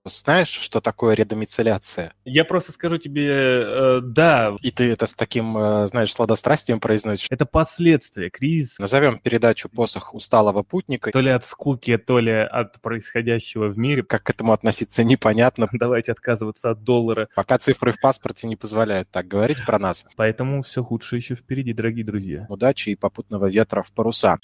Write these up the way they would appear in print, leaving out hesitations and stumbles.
Знаешь, что такое редомицеляция? Я просто скажу тебе, да, И ты это с таким, знаешь, сладострастием произносишь. это последствия кризиса, Назовем передачу «Посох усталого путника». то ли от скуки, то ли от происходящего в мире. Как к этому относиться, непонятно. Давайте отказываться от доллара. Пока цифры в паспорте не позволяют так говорить про нас. Поэтому все худшее еще впереди, дорогие друзья. Удачи и попутного ветра в паруса.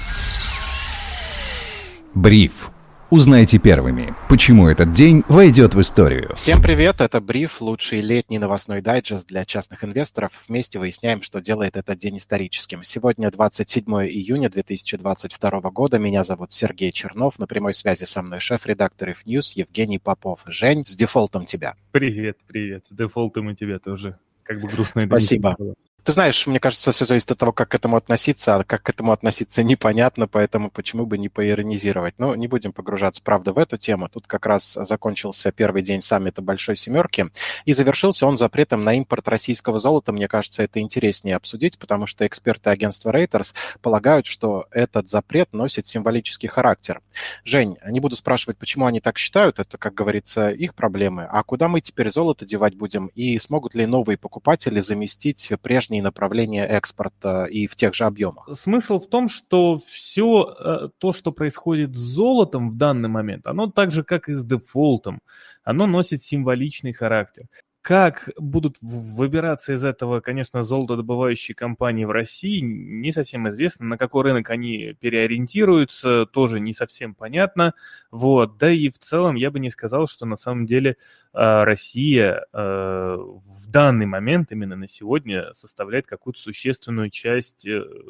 Бриф. Узнайте первыми, почему этот день войдет в историю. Всем привет, это Бриф, лучший летний новостной дайджест для частных инвесторов. Вместе выясняем, что делает этот день историческим. Сегодня 27 июня 2022 года. Меня зовут Сергей Чернов. На прямой связи со мной шеф-редактор IF Евгений Попов. Жень, с дефолтом тебя. Привет. С дефолтом и тебе тоже. Как бы грустно это Спасибо. было. Ты знаешь, мне кажется, все зависит от того, как к этому относиться, а как к этому относиться непонятно, поэтому почему бы не поиронизировать. Но не будем погружаться, правда, в эту тему. Тут как раз закончился первый день саммита Большой Семерки, и завершился он запретом на импорт российского золота. Мне кажется, это интереснее обсудить, потому что эксперты агентства Reuters полагают, что этот запрет носит символический характер. Жень, не буду спрашивать, почему они так считают, это, как говорится, их проблемы. А куда мы теперь золото девать будем, и смогут ли новые покупатели заместить прежние направления экспорта и в тех же объемах? Смысл в том, что все то, что происходит с золотом в данный момент, оно так же, как и с дефолтом, оно носит символичный характер. Как будут выбираться из этого, конечно, золотодобывающие компании в России, не совсем известно. На какой рынок они переориентируются, тоже не совсем понятно. Вот. Да и в целом я бы не сказал, что на самом деле Россия в данный момент, именно на сегодня, составляет какую-то существенную часть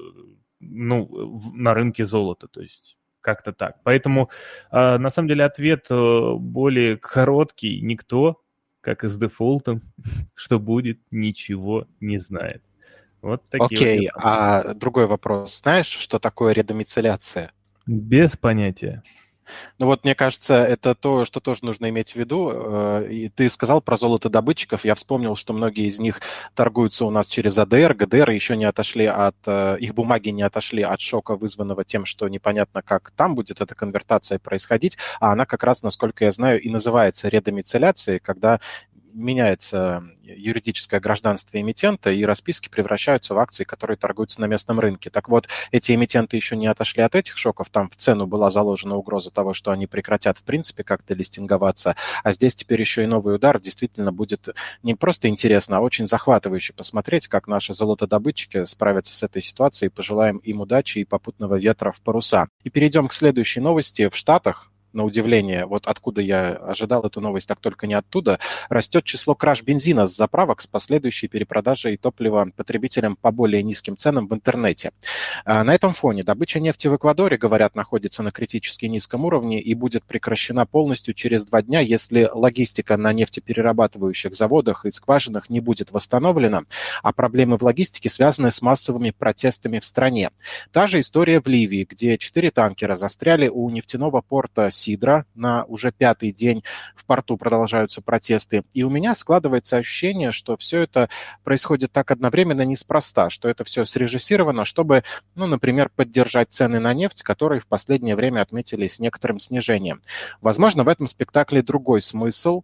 на рынке золота. То есть как-то так. Поэтому на самом деле ответ более короткий. Никто, как и с дефолтом, что будет, ничего не знает. Вот такие Окей, вот. а другой вопрос. Знаешь, что такое редомицеляция? Без понятия. Ну вот, мне кажется, это то, что тоже нужно иметь в виду. И ты сказал про золотодобытчиков. Я вспомнил, что многие из них торгуются у нас через АДР. ГДР еще не отошли их бумаги не отошли от шока, вызванного тем, что непонятно, как там будет эта конвертация происходить. А она как раз, насколько я знаю, и называется редомицеляцией, когда меняется юридическое гражданство эмитента, и расписки превращаются в акции, которые торгуются на местном рынке. Так вот, эти эмитенты еще не отошли от этих шоков, там в цену была заложена угроза того, что они прекратят в принципе как-то листинговаться, а здесь теперь еще и новый удар. Действительно будет не просто интересно, а очень захватывающе посмотреть, как наши золотодобытчики справятся с этой ситуацией. Пожелаем им удачи и попутного ветра в паруса. И перейдем к следующей новости. В Штатах, на удивление, вот откуда я ожидал эту новость, так только не оттуда, растет число краж бензина с заправок с последующей перепродажей топлива потребителям по более низким ценам в интернете. На этом фоне добыча нефти в Эквадоре, говорят, находится на критически низком уровне и будет прекращена полностью через 2 дня, если логистика на нефтеперерабатывающих заводах и скважинах не будет восстановлена, а проблемы в логистике связаны с массовыми протестами в стране. Та же история в Ливии, где 4 танкера застряли у нефтяного порта Сидра. На уже 5-й день в порту продолжаются протесты. И у меня складывается ощущение, что все это происходит так одновременно неспроста, что это все срежиссировано, чтобы, например, поддержать цены на нефть, которые в последнее время отметились некоторым снижением. Возможно, в этом спектакле другой смысл.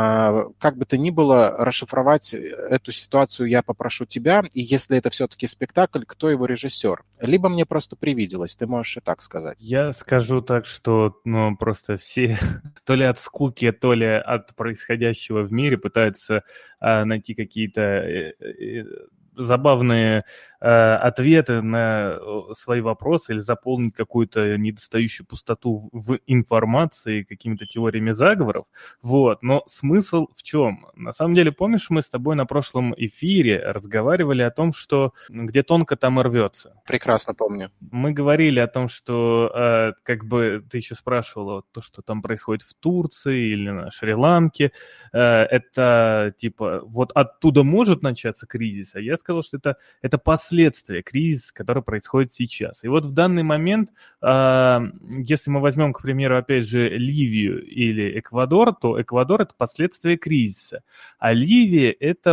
Как бы то ни было, расшифровать эту ситуацию я попрошу тебя. И если это все-таки спектакль, кто его режиссер? Либо мне просто привиделось, ты можешь и так сказать. Я скажу так, что просто все то ли от скуки, то ли от происходящего в мире пытаются найти какие-то забавные ответы на свои вопросы или заполнить какую-то недостающую пустоту в информации какими-то теориями заговоров. Вот. Но смысл в чем? На самом деле, помнишь, мы с тобой на прошлом эфире разговаривали о том, что где тонко, там и рвется. Прекрасно помню. Мы говорили о том, что ты еще спрашивала, то, что там происходит в Турции или на Шри-Ланке, это типа вот оттуда может начаться кризис, а я сказал, что это последствия кризиса, который происходит сейчас. И вот в данный момент, если мы возьмем, к примеру, опять же, Ливию или Эквадор, то Эквадор – это последствия кризиса, а Ливия – это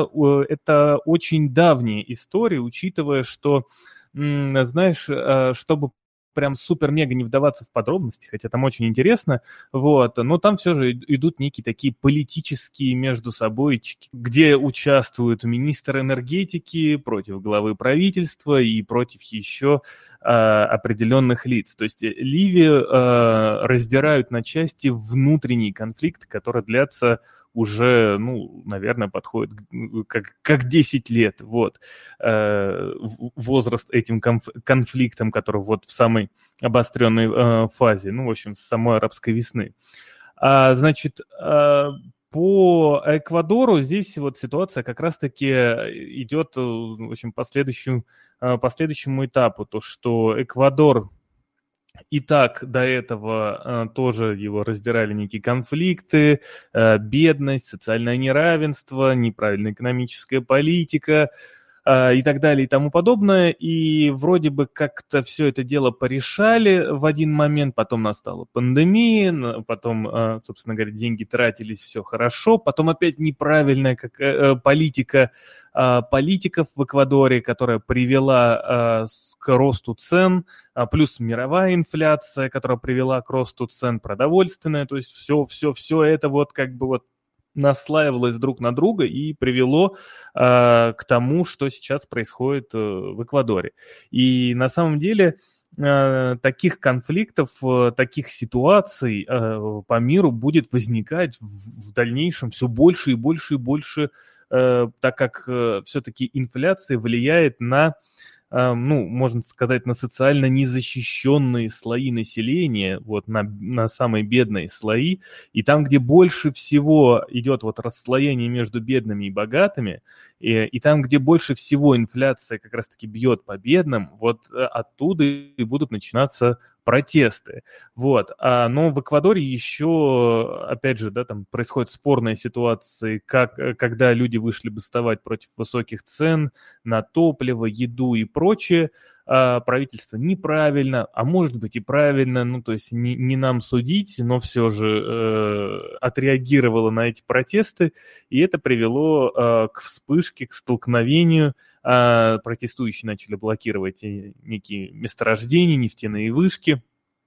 очень давняя история, учитывая, что, знаешь, чтобы прям супер-мега не вдаваться в подробности, хотя там очень интересно, вот, но там все же идут некие такие политические между собой, где участвуют министр энергетики против главы правительства и против еще определенных лиц. То есть Ливию раздирают на части внутренний конфликт, который длится уже, наверное, подходит как 10 лет. Вот. Возраст этим конфликтом, который вот в самой обостренной фазе, в общем, с самой арабской весны. Значит, по Эквадору здесь вот ситуация как раз-таки идет, в общем, по следующему этапу, то, что Эквадор и так до этого тоже его раздирали некие конфликты, бедность, социальное неравенство, неправильная экономическая политика и так далее и тому подобное. И вроде бы как-то все это дело порешали в один момент, потом настала пандемия, потом, собственно говоря, деньги тратились, все хорошо, потом опять неправильная политика политиков в Эквадоре, которая привела к росту цен, плюс мировая инфляция, которая привела к росту цен продовольственная, то есть все это вот как бы вот наслаивалось друг на друга и привело к тому, что сейчас происходит в Эквадоре. И на самом деле таких конфликтов, таких ситуаций по миру будет возникать в дальнейшем все больше и больше и больше, так как все-таки инфляция влияет на, можно сказать, на социально незащищенные слои населения, вот на самые бедные слои. И там, где больше всего идет вот расслоение между бедными и богатыми, и там, где больше всего инфляция как раз-таки бьет по бедным, вот оттуда и будут начинаться протесты. Вот. Но в Эквадоре еще, опять же, там происходят спорные ситуации, когда люди вышли бастовать против высоких цен на топливо, еду и прочее. Правительство неправильно, а может быть и правильно, то есть не нам судить, но все же отреагировало на эти протесты, и это привело к вспышке, к столкновению. Протестующие начали блокировать некие месторождения, нефтяные вышки,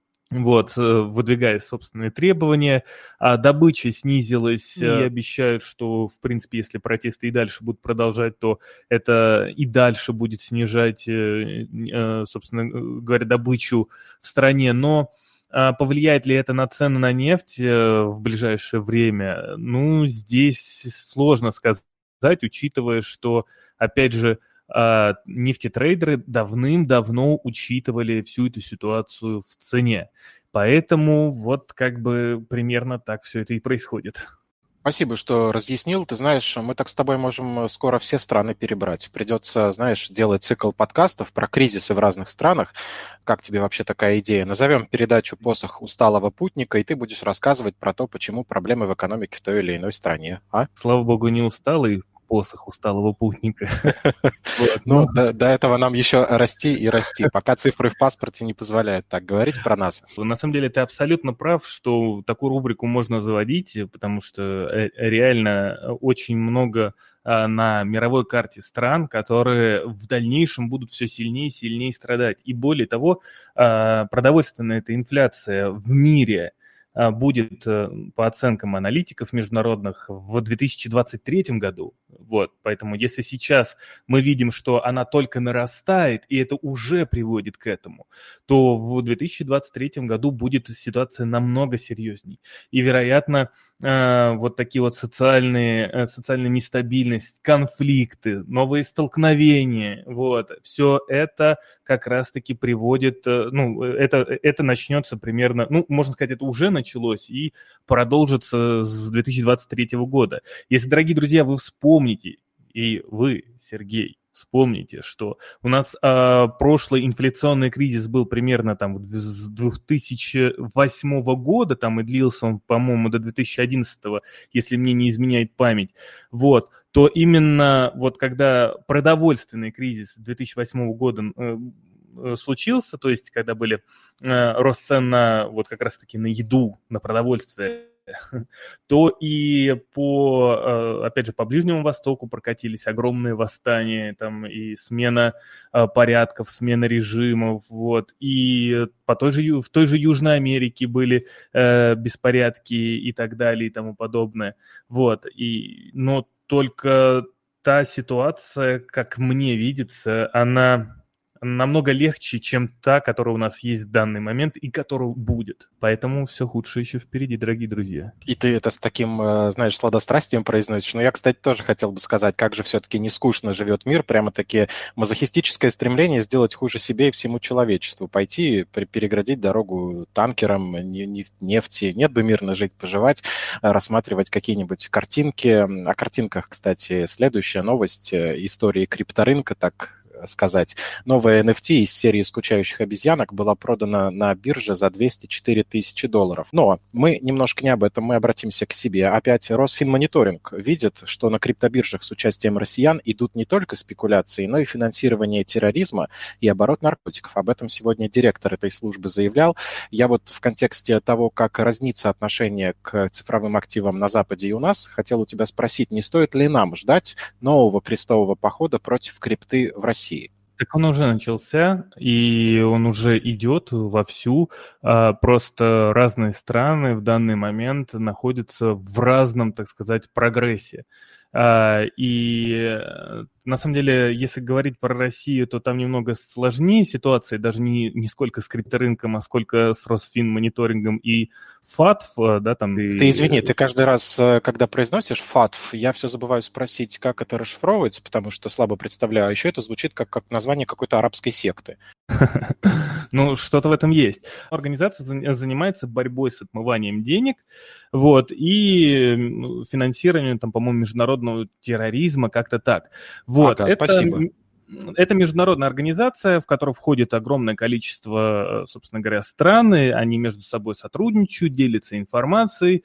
выдвигая собственные требования, добыча снизилась, и обещают, что, в принципе, если протесты и дальше будут продолжать, то это и дальше будет снижать, собственно говоря, добычу в стране, но повлияет ли это на цены на нефть в ближайшее время? Здесь сложно сказать, учитывая, что, опять же, нефтетрейдеры давным-давно учитывали всю эту ситуацию в цене. Поэтому вот как бы примерно так все это и происходит. Спасибо, что разъяснил. Ты знаешь, мы так с тобой можем скоро все страны перебрать. Придется, делать цикл подкастов про кризисы в разных странах. Как тебе вообще такая идея? Назовем передачу «Посох усталого путника», и ты будешь рассказывать про то, почему проблемы в экономике в той или иной стране. Слава богу, не усталый посох усталого путника. До этого нам еще расти и расти, пока цифры в паспорте не позволяют так говорить про нас. На самом деле ты абсолютно прав, что такую рубрику можно заводить, потому что реально очень много на мировой карте стран, которые в дальнейшем будут все сильнее и сильнее страдать. И более того, продовольственная эта инфляция в мире будет, по оценкам аналитиков международных, в 2023 году. Поэтому если сейчас мы видим, что она только нарастает, и это уже приводит к этому, то в 2023 году будет ситуация намного серьезней. И, вероятно, вот такие вот социальная нестабильность, конфликты, новые столкновения, все это как раз-таки приводит, это начнется примерно, можно сказать, это уже началось и продолжится с 2023 года. Если, дорогие друзья, вы вспомните, и вы, Сергей, вспомните, что у нас прошлый инфляционный кризис был примерно там с 2008 года, там и длился он, по-моему, до 2011, если мне не изменяет память, то именно когда продовольственный кризис 2008 года случился, то есть когда были рост цен на как раз-таки на еду, на продовольствие, то и опять же, по Ближнему Востоку прокатились огромные восстания, там и смена порядков, смена режимов, вот, и в той же Южной Америке были беспорядки и так далее и тому подобное, вот, но только та ситуация, как мне видится, она намного легче, чем та, которая у нас есть в данный момент и которая будет. Поэтому все худшее еще впереди, дорогие друзья. И ты это с таким, знаешь, сладострастием произносишь. Но я, кстати, тоже хотел бы сказать, как же все-таки не скучно живет мир. Прямо-таки мазохистическое стремление сделать хуже себе и всему человечеству. Пойти переградить дорогу танкерам, нефти. Нет бы мирно жить, поживать, рассматривать какие-нибудь картинки. О картинках, кстати, следующая новость истории крипторынка, так сказать. Новая NFT из серии «Скучающих обезьянок» была продана на бирже за $204 тысячи. Но мы немножко не об этом, мы обратимся к себе. Опять Росфинмониторинг видит, что на криптобиржах с участием россиян идут не только спекуляции, но и финансирование терроризма и оборот наркотиков. Об этом сегодня директор этой службы заявлял. Я вот в контексте того, как разнится отношение к цифровым активам на Западе и у нас, хотел у тебя спросить, не стоит ли нам ждать нового крестового похода против крипты в России? Так он уже начался, и он уже идет вовсю. Просто разные страны в данный момент находятся в разном, так сказать, прогрессе. И на самом деле, если говорить про Россию, то там немного сложнее ситуация, даже не сколько с крипторынком, а сколько с Росфинмониторингом и ФАТФ, да, там... Ты извини, ты каждый раз, когда произносишь ФАТФ, я все забываю спросить, как это расшифровывается, потому что слабо представляю, а еще это звучит как название какой-то арабской секты. Ну, что-то в этом есть. Организация занимается борьбой с отмыванием денег, вот, и финансированием, там, по-моему, международного терроризма, как-то так. Вот, ага, спасибо. Это международная организация, в которую входит огромное количество, собственно говоря, стран, они между собой сотрудничают, делятся информацией.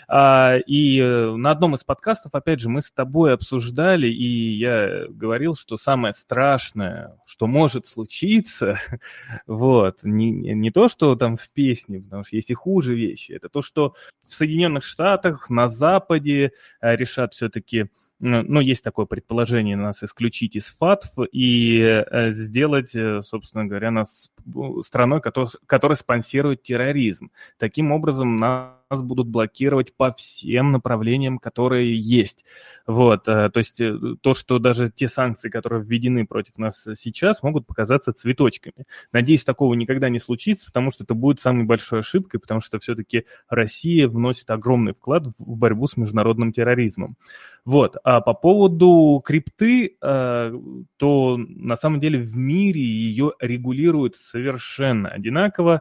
И на одном из подкастов, опять же, мы с тобой обсуждали, и я говорил, что самое страшное, что может случиться, вот, не то, что там в песне, потому что есть и хуже вещи, это то, что в Соединенных Штатах, на Западе решат все-таки... Ну, есть такое предположение нас исключить из ФАТФ и сделать, собственно говоря, нас страной, которая спонсирует терроризм. Таким образом, нас будут блокировать по всем направлениям, которые есть. Вот, то есть то, что даже те санкции, которые введены против нас сейчас, могут показаться цветочками. Надеюсь, такого никогда не случится, потому что это будет самой большой ошибкой, потому что все-таки Россия вносит огромный вклад в борьбу с международным терроризмом. Вот, а по поводу крипты, то на самом деле в мире ее регулируют совершенно одинаково,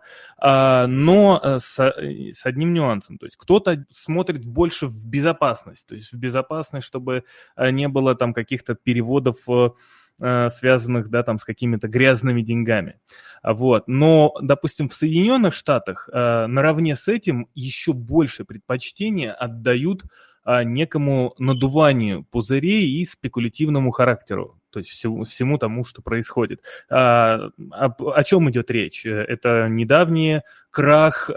но с одним нюансом. То есть кто-то смотрит больше в безопасность, то есть в безопасность, чтобы не было там каких-то переводов, связанных, да, там с какими-то грязными деньгами. Вот. Но, допустим, в Соединенных Штатах наравне с этим еще больше предпочтения отдают некому надуванию пузырей и спекулятивному характеру, то есть всему тому, что происходит. О чем идет речь? Это недавний крах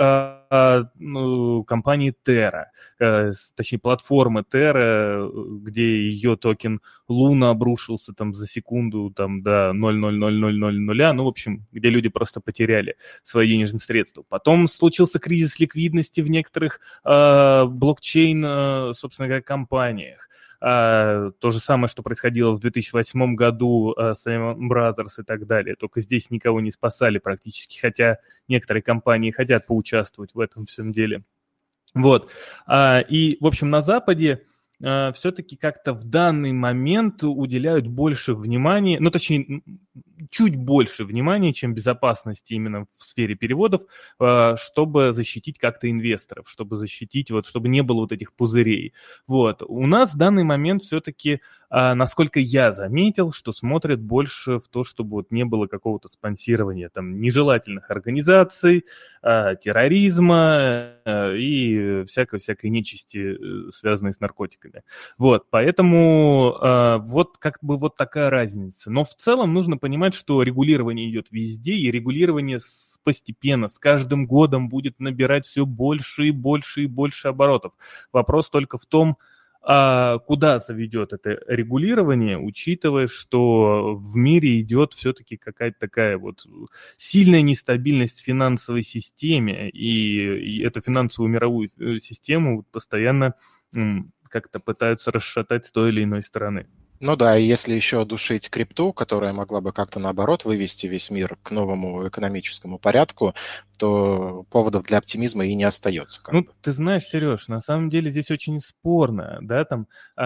компании Terra, точнее платформы Terra, где ее токен Luna обрушился там за секунду там, до 0,00000, ну, в общем, где люди просто потеряли свои денежные средства. Потом случился кризис ликвидности в некоторых блокчейн, собственно говоря, компаниях. То же самое, что происходило в 2008 году с Lehman Brothers и так далее. Только здесь никого не спасали практически, хотя некоторые компании хотят поучаствовать в этом всем деле. Вот. И, в общем, на Западе все-таки как-то в данный момент уделяют больше внимания, ну, точнее, чуть больше внимания, чем безопасности именно в сфере переводов, чтобы защитить как-то инвесторов, чтобы защитить, вот, чтобы не было вот этих пузырей. Вот. У нас в данный момент все-таки, насколько я заметил, что смотрят больше в то, чтобы вот не было какого-то спонсирования там нежелательных организаций, терроризма и всякой нечисти, связанной с наркотиками. Вот, поэтому вот как бы вот такая разница. Но в целом нужно понимать, понимать, что регулирование идет везде, и регулирование постепенно, с каждым годом будет набирать все больше и больше и больше оборотов. Вопрос только в том, куда заведет это регулирование, учитывая, что в мире идет все-таки какая-то такая вот сильная нестабильность в финансовой системе, и эту финансовую мировую систему постоянно как-то пытаются расшатать с той или иной стороны. Ну да, и если еще душить крипту, которая могла бы как-то наоборот вывести весь мир к новому экономическому порядку, то поводов для оптимизма и не остается. Ну, ты знаешь, Сереж, на самом деле здесь очень спорно, да, там,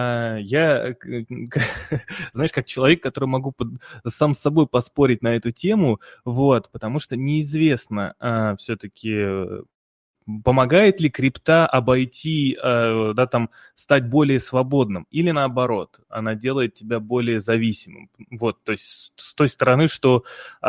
я, знаешь, как человек, который могу сам с собой поспорить на эту тему, вот, потому что неизвестно все-таки, помогает ли крипта обойти, да, там, стать более свободным, или наоборот, она делает тебя более зависимым. Вот, то есть с той стороны, что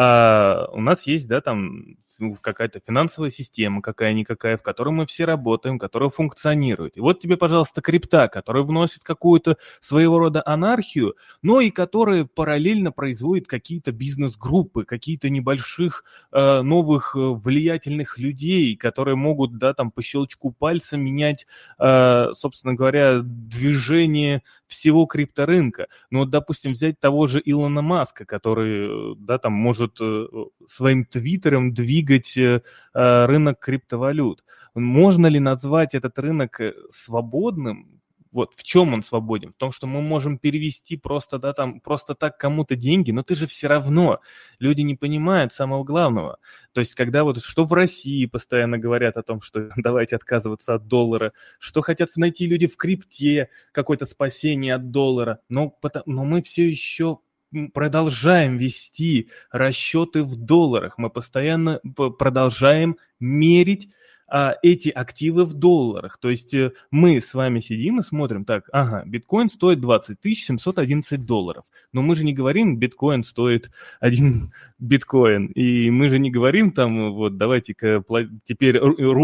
у нас есть, да, там, какая-то финансовая система, какая-никакая, в которой мы все работаем, которая функционирует. И вот тебе, пожалуйста, крипта, которая вносит какую-то своего рода анархию, но и которая параллельно производит какие-то бизнес-группы, какие-то небольших новых влиятельных людей, которые могут, да, там, по щелчку пальца менять, собственно говоря, движение всего крипторынка. Ну вот, допустим, взять того же Илона Маска, который, да, там, может своим твиттером двигать рынок криптовалют. Можно ли назвать этот рынок свободным? Вот в чем он свободен? В том, что мы можем перевести просто, да, там, просто так кому-то деньги, но ты же все равно. Люди не понимают самого главного. То есть, когда вот, что в России постоянно говорят о том, что давайте отказываться от доллара, что хотят найти люди в крипте, какое-то спасение от доллара, но мы все еще продолжаем вести расчеты в долларах, мы постоянно продолжаем мерить эти активы в долларах. То есть мы с вами сидим и смотрим, так, ага, биткоин стоит 20 711 долларов. Но мы же не говорим, биткоин стоит 1 биткоин. И мы же не говорим, там, вот, давайте-ка теперь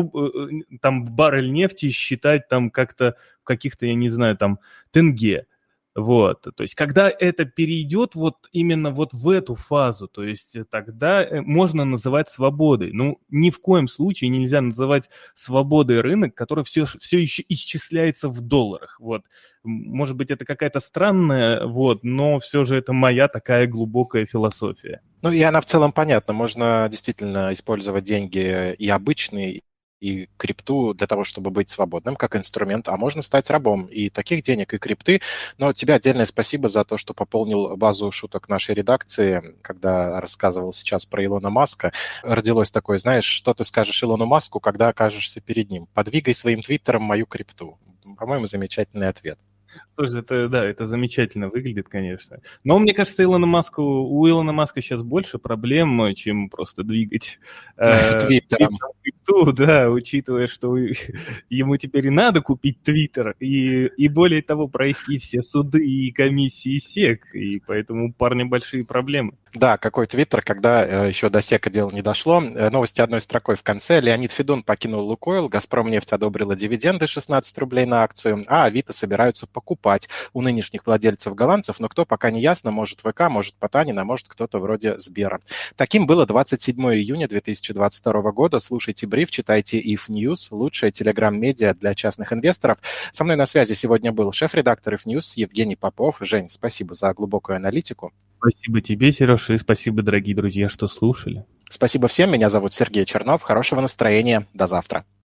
там баррель нефти считать там как-то в каких-то, я не знаю, там, тенге. Вот, то есть, когда это перейдет вот именно вот в эту фазу, то есть, тогда можно называть свободой. Ну, ни в коем случае нельзя называть свободой рынок, который все еще исчисляется в долларах. Вот, может быть, это какая-то странная, вот, но все же это моя такая глубокая философия. Ну, и она в целом понятна. Можно действительно использовать деньги и обычные, и крипту для того, чтобы быть свободным как инструмент, а можно стать рабом и таких денег, и крипты. Но тебе отдельное спасибо за то, что пополнил базу шуток нашей редакции, когда рассказывал сейчас про Илона Маска. Родилось такое, знаешь, что ты скажешь Илону Маску, когда окажешься перед ним? Подвигай своим твиттером мою крипту. По-моему, замечательный ответ. Слушай, это замечательно выглядит, конечно. Но мне кажется, у Илона Маска сейчас больше проблем, чем просто двигать Твиттером. Да, учитывая, что ему теперь и надо купить Твиттер, и более того, пройти все суды и комиссии СЕК, и поэтому у парня большие проблемы. Да, какой Твиттер, когда еще до СЕКа дело не дошло. Новости одной строкой в конце. Леонид Федун покинул Лукойл, Газпромнефть одобрила дивиденды 16 рублей на акцию, а Авито собираются покупать у нынешних владельцев голландцев, но кто пока не ясно, может ВК, может Потанин, а может кто-то вроде Сбера. Таким было 27 июня 2022 года. Слушайте бриф, читайте IF News, лучшая телеграм-медиа для частных инвесторов. Со мной на связи сегодня был шеф-редактор IF News Евгений Попов. Жень, спасибо за глубокую аналитику. Спасибо тебе, Сереж, и спасибо, дорогие друзья, что слушали. Спасибо всем. Меня зовут Сергей Чернов. Хорошего настроения. До завтра.